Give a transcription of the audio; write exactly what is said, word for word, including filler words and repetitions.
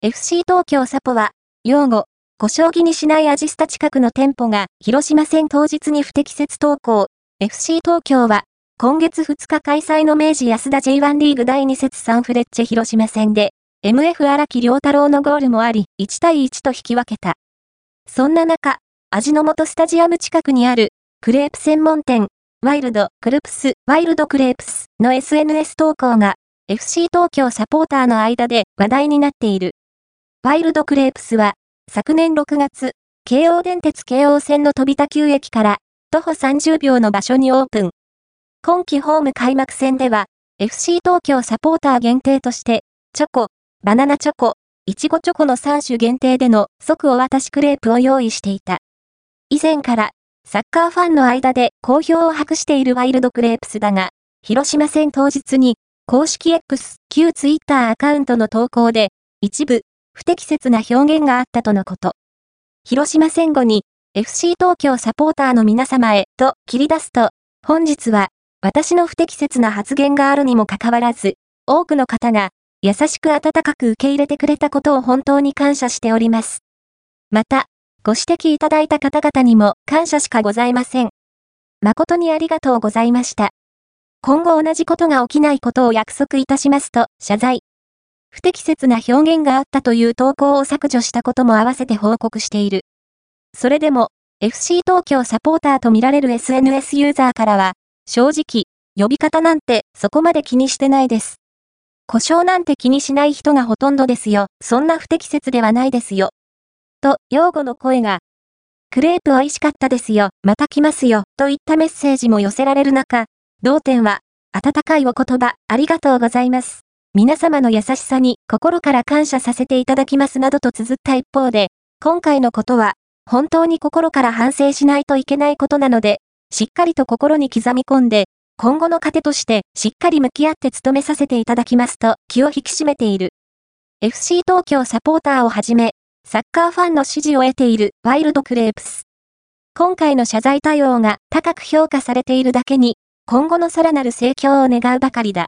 エフシー 東京サポは、擁護、ご将棋にしないアジスタ近くの店舗が広島戦当日に不適切投稿。エフシー 東京は、今月ふつか開催の明治安田 ジェイワン リーグだいに節サンフレッチェ広島戦で、エムエフ 荒木遼太郎のゴールもあり、いちたいいちと引き分けた。そんな中、味の素スタジアム近くにある、クレープ専門店、ワイルドクルプス、ワイルドクレープスの エスエヌエス 投稿が、エフシー 東京サポーターの間で話題になっている。ワイルドクレープスは、昨年ろくがつ、京王電鉄京王線の飛田急駅から、徒歩さんじゅうびょうの場所にオープン。今季ホーム開幕戦では、エフシー 東京サポーター限定として、チョコ、バナナチョコ、いちごチョコのさん種限定での即お渡しクレープを用意していた。以前から、サッカーファンの間で好評を博しているワイルドクレープスだが、広島戦当日に、公式 X、旧ツイッターアカウントの投稿で、一部、不適切な表現があったとのこと。広島戦後に、エフシー 東京サポーターの皆様へ、と切り出すと、本日は、私の不適切な発言があるにもかかわらず、多くの方が、優しく温かく受け入れてくれたことを本当に感謝しております。また、ご指摘いただいた方々にも感謝しかございません。誠にありがとうございました。今後同じことが起きないことを約束いたしますと謝罪。不適切な表現があったという投稿を削除したことも合わせて報告している。それでも、エフシー 東京サポーターと見られる エスエヌエス ユーザーからは、正直、呼び方なんてそこまで気にしてないです。故障なんて気にしない人がほとんどですよ。そんな不適切ではないですよ。と、擁護の声が。クレープ美味しかったですよ。また来ますよ。といったメッセージも寄せられる中、同店は、温かいお言葉、ありがとうございます。皆様の優しさに心から感謝させていただきますなどと綴った一方で、今回のことは、本当に心から反省しないといけないことなので、しっかりと心に刻み込んで、今後の糧としてしっかり向き合って務めさせていただきますと気を引き締めている。エフシー 東京サポーターをはじめ、サッカーファンの支持を得ているワイルドクレープス。今回の謝罪対応が高く評価されているだけに、今後のさらなる盛況を願うばかりだ。